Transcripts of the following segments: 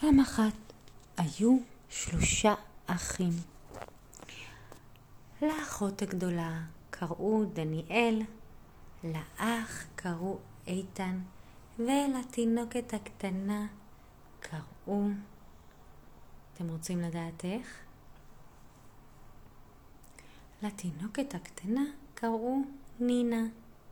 פעם אחת היו 3 אחים. לאחות הגדולה קראו דניאל, לאח קראו איתן, ולתינוקת הקטנה קראו... אתם רוצים לדעת איך? לתינוקת הקטנה קראו נינה.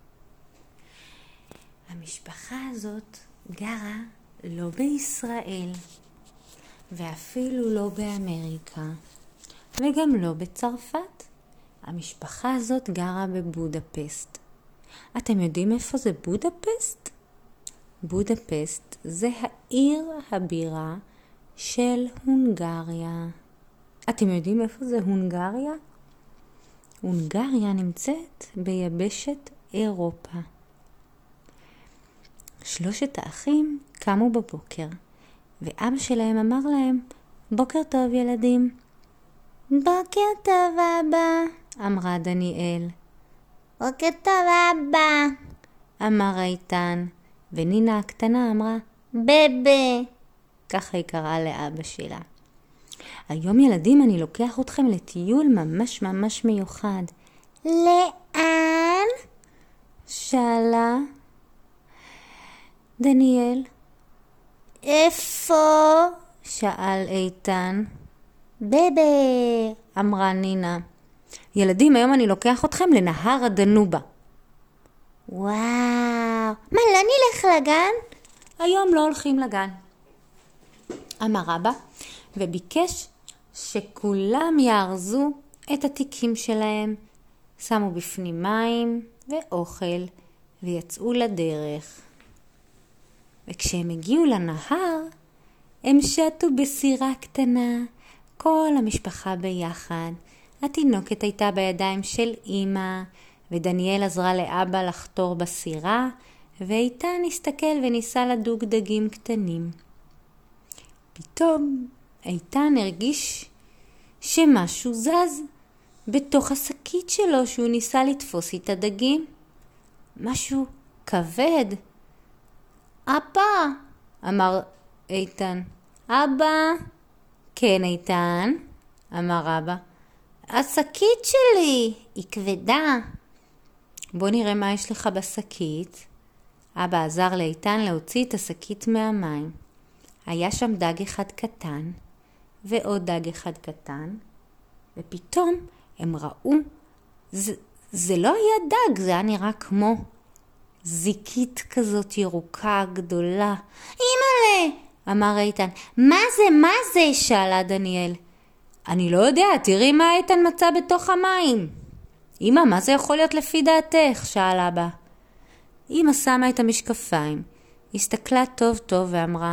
המשפחה הזאת גרה לא בישראל, ואפילו לא באמריקה, וגם לא בצרפת. המשפחה הזאת גרה בבודפסט. אתם יודעים איפה זה בודפסט? בודפסט זה העיר הבירה של הונגריה. אתם יודעים איפה זה הונגריה? הונגריה נמצאת ביבשת אירופה. 3 האחים קמו בבוקר, ואבא שלהם אמר להם, בוקר טוב ילדים. בוקר טוב אבא, אמרה דניאל. בוקר טוב אבא, אמר איתן, ונינה הקטנה אמרה, בבה. ככה היא קראה לאבא שלה. היום ילדים אני לוקח אתכם לטיול ממש ממש מיוחד. לאן? שאלה דניאל. איפה? שאל איתן. בבה, אמרה נינה. ילדים, היום אני לוקח אתכם לנהר הדנובה. וואו, מה, לא נלך לגן? היום לא הולכים לגן, אמר אבא, וביקש שכולם יארזו את התיקים שלהם, שמו בפנים מים ואוכל ויצאו לדרך. וכשהם הגיעו לנהר, הם שטו בסירה קטנה, כל המשפחה ביחד. התינוקת הייתה בידיים של אמא, ודניאל עזרה לאבא לחתור בסירה, ואיתן הסתכל וניסה לדוג דגים קטנים. פתאום איתן הרגיש שמשהו זז בתוך השקית שלו שהוא ניסה לתפוס את הדגים. משהו כבד. אבא, אמר איתן. אבא? כן איתן, אמר אבא. השקית שלי היא כבדה. בוא נראה מה יש לך בשקית. אבא עזר לאיתן להוציא את השקית מהמים. היה שם דג אחד קטן, ועוד דג אחד קטן, ופתאום הם ראו, זה לא היה דג, זה היה נראה כמו זיקית כזאת ירוקה גדולה. אמא'לה, אמר איתן. מה זה? שאלה דניאל. אני לא יודע, תראי מה איתן מצא בתוך המים. אמא, מה זה יכול להיות לפי דעתך? שאל אבא. אמא שמה את המשקפיים, הסתכלה טוב טוב ואמרה,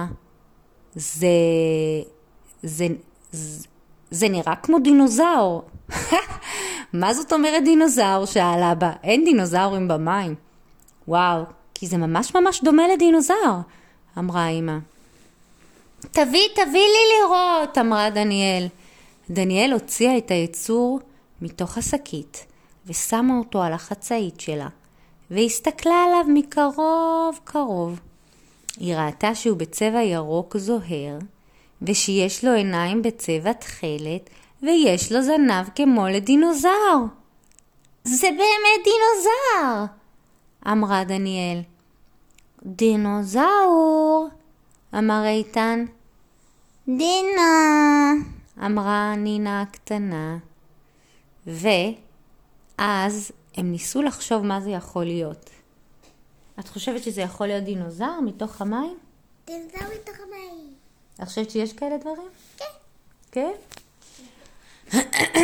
זה נראה כמו דינוזאור. מה זאת אומרת דינוזאור? שאל אבא. אין דינוזאורים במים. וואו, כי זה ממש ממש דומה לדינוזאור, אמרה אמא. תביא לי לראות, אמרה דניאל. דניאל הוציאה את היצור מתוך השקית, ושמה אותו על החצאית שלה, והסתכלה עליו מקרוב קרוב. היא ראתה שהוא בצבע ירוק זוהר, ושיש לו עיניים בצבע תכלת, ויש לו זנב כמו לדינוזאור. זה באמת דינוזאור, אמרה דניאל. דינוזאור, אמר איתן. דינה, אמרה נינה הקטנה. ואז הם ניסו לחשוב מה זה יכול להיות. את חושבת שזה יכול להיות דינוזאור מתוך המים? דינוזאור מתוך המים. את חושבת שיש כאלה דברים? כן. כן?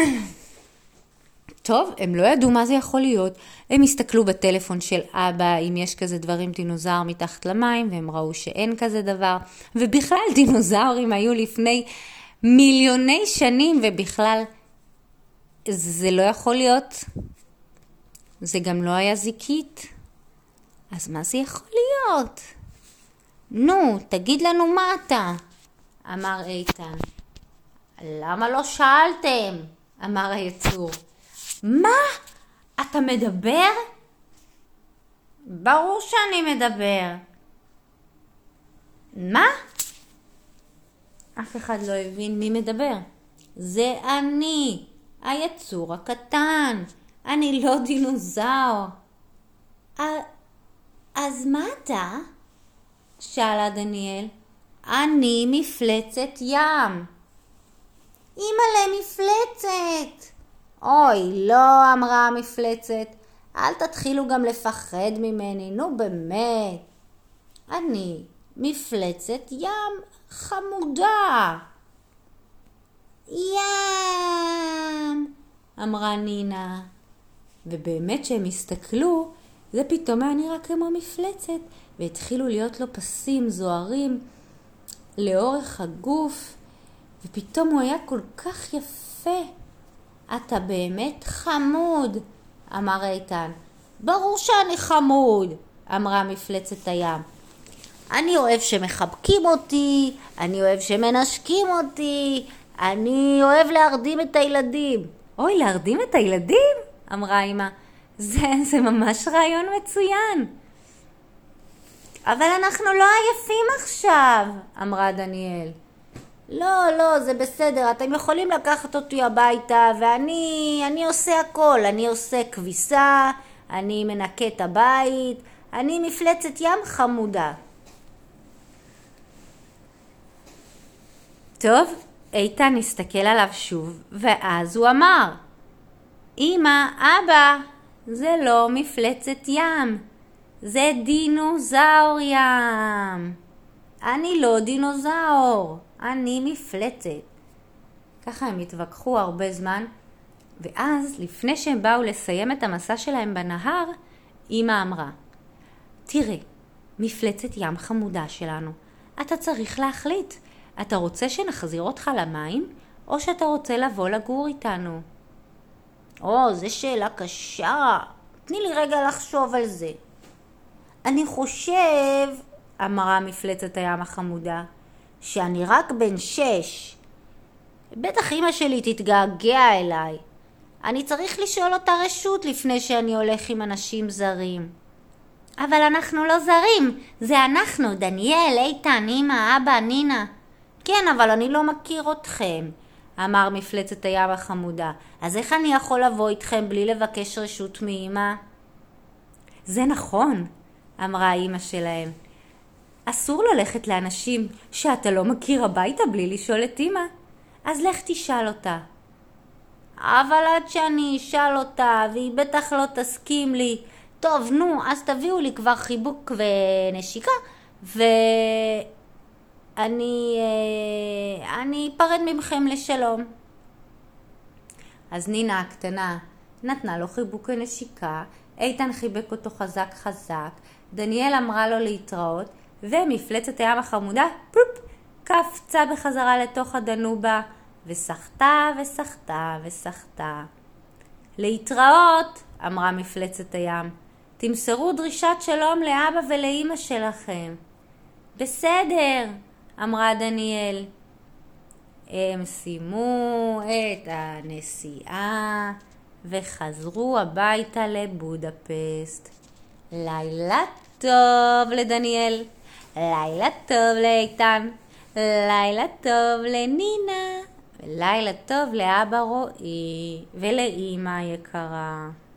טוב, הם לא ידעו מה זה יכול להיות. הם הסתכלו בטלפון של אבא אם יש כזה דברים דינוזאור מתחת למים, והם ראו שאין כזה דבר. ובכלל דינוזאורים היו לפני מיליוני שנים, ובכלל זה לא יכול להיות. זה גם לא היה זיקית. אז מה זה יכול להיות? נו, תגיד לנו מה אתה, אמר איתן. למה לא שאלתם? אמר היצור. מה? אתה מדבר? ברור שאני מדבר. מה? אף אחד לא הבין מי מדבר. זה אני, היצור הקטן. אני לא דינוזאור. אז מה אתה? שאלה דניאל. אני מפלצת ים. אמא מפלצת. אוי, לא, אמרה המפלצת. אל תתחילו גם לפחד ממני, נו באמת. אני מפלצת ים חמודה. ים, אמרה נינה. ובאמת שהם הסתכלו, זה פתאום היה נראה כמו מפלצת, והתחילו להיות לו פסים זוהרים לאורך הגוף, ופתאום הוא היה כל כך יפה. אתה באמת חמוד, אמר איתן. ברור שאני חמוד, אמרה מפלצת הים. אני אוהב שמחבקים אותי, אני אוהב שמנשקים אותי, אני אוהב להרדים את הילדים. אוי, להרדים את הילדים? אמרה אמא. זה ממש רעיון מצוין. אבל אנחנו לא עייפים עכשיו, אמרה דניאל. לא, זה בסדר, אתם יכולים לקחת אותי הביתה, ואני עושה הכל, אני עושה כביסה, אני מנקה את הבית, אני מפלצת ים חמודה. טוב, איתן הסתכל עליו שוב, ואז הוא אמר, אמא, אבא, זה לא מפלצת ים, זה דינוזאור ים. אני לא דינוזאור, אני מפלצת. ככה הם התווכחו הרבה זמן, ואז לפני שהם באו לסיים את המסע שלהם בנהר, אמא אמרה, תראה, מפלצת ים חמודה שלנו, אתה צריך להחליט, אתה רוצה שנחזיר אותך למים, או שאתה רוצה לבוא לגור איתנו? זו שאלה קשה, תני לי רגע לחשוב על זה. אני חושב, אמרה מפלצת הים החמודה, שאני רק בן 6. בטח אמא שלי תתגעגע אליי. אני צריך לשאול אותה רשות לפני שאני הולך עם אנשים זרים. אבל אנחנו לא זרים, זה אנחנו, דניאל, איתן, אמא, אבא, נינה. כן, אבל אני לא מכיר אתכם, אמר מפלצת הים החמודה. אז איך אני יכול לבוא איתכם בלי לבקש רשות מאמא? זה נכון, אמרה אמא שלהם. אסור ללכת לאנשים שאתה לא מכיר הביתה בלי לשאול את אמא. אז לך תשאל אותה. אבל עד שאני אשאל אותה, והיא בטח לא תסכים לי. טוב, נו, אז תביאו לי כבר חיבוק ונשיקה, אני אפרד ממכם לשלום. אז נינה הקטנה נתנה לו חיבוק ונשיקה, איתן חיבק אותו חזק חזק, דניאל אמרה לו להתראות, ומפלצת הים החמודה פופ, קפצה בחזרה לתוך הדנובה, ושחתה ושחתה ושחתה. להתראות, אמרה מפלצת הים. תמסרו דרישת שלום לאבא ולאמא שלכם. בסדר, אמרה דניאל. הם סיימו את הנסיעה וחזרו הביתה לבודפסט. לילה טוב לדניאל, לילה טוב לאיתן, לילה טוב לנינה, ולילה טוב לאבא רועי ולאמא יקרה.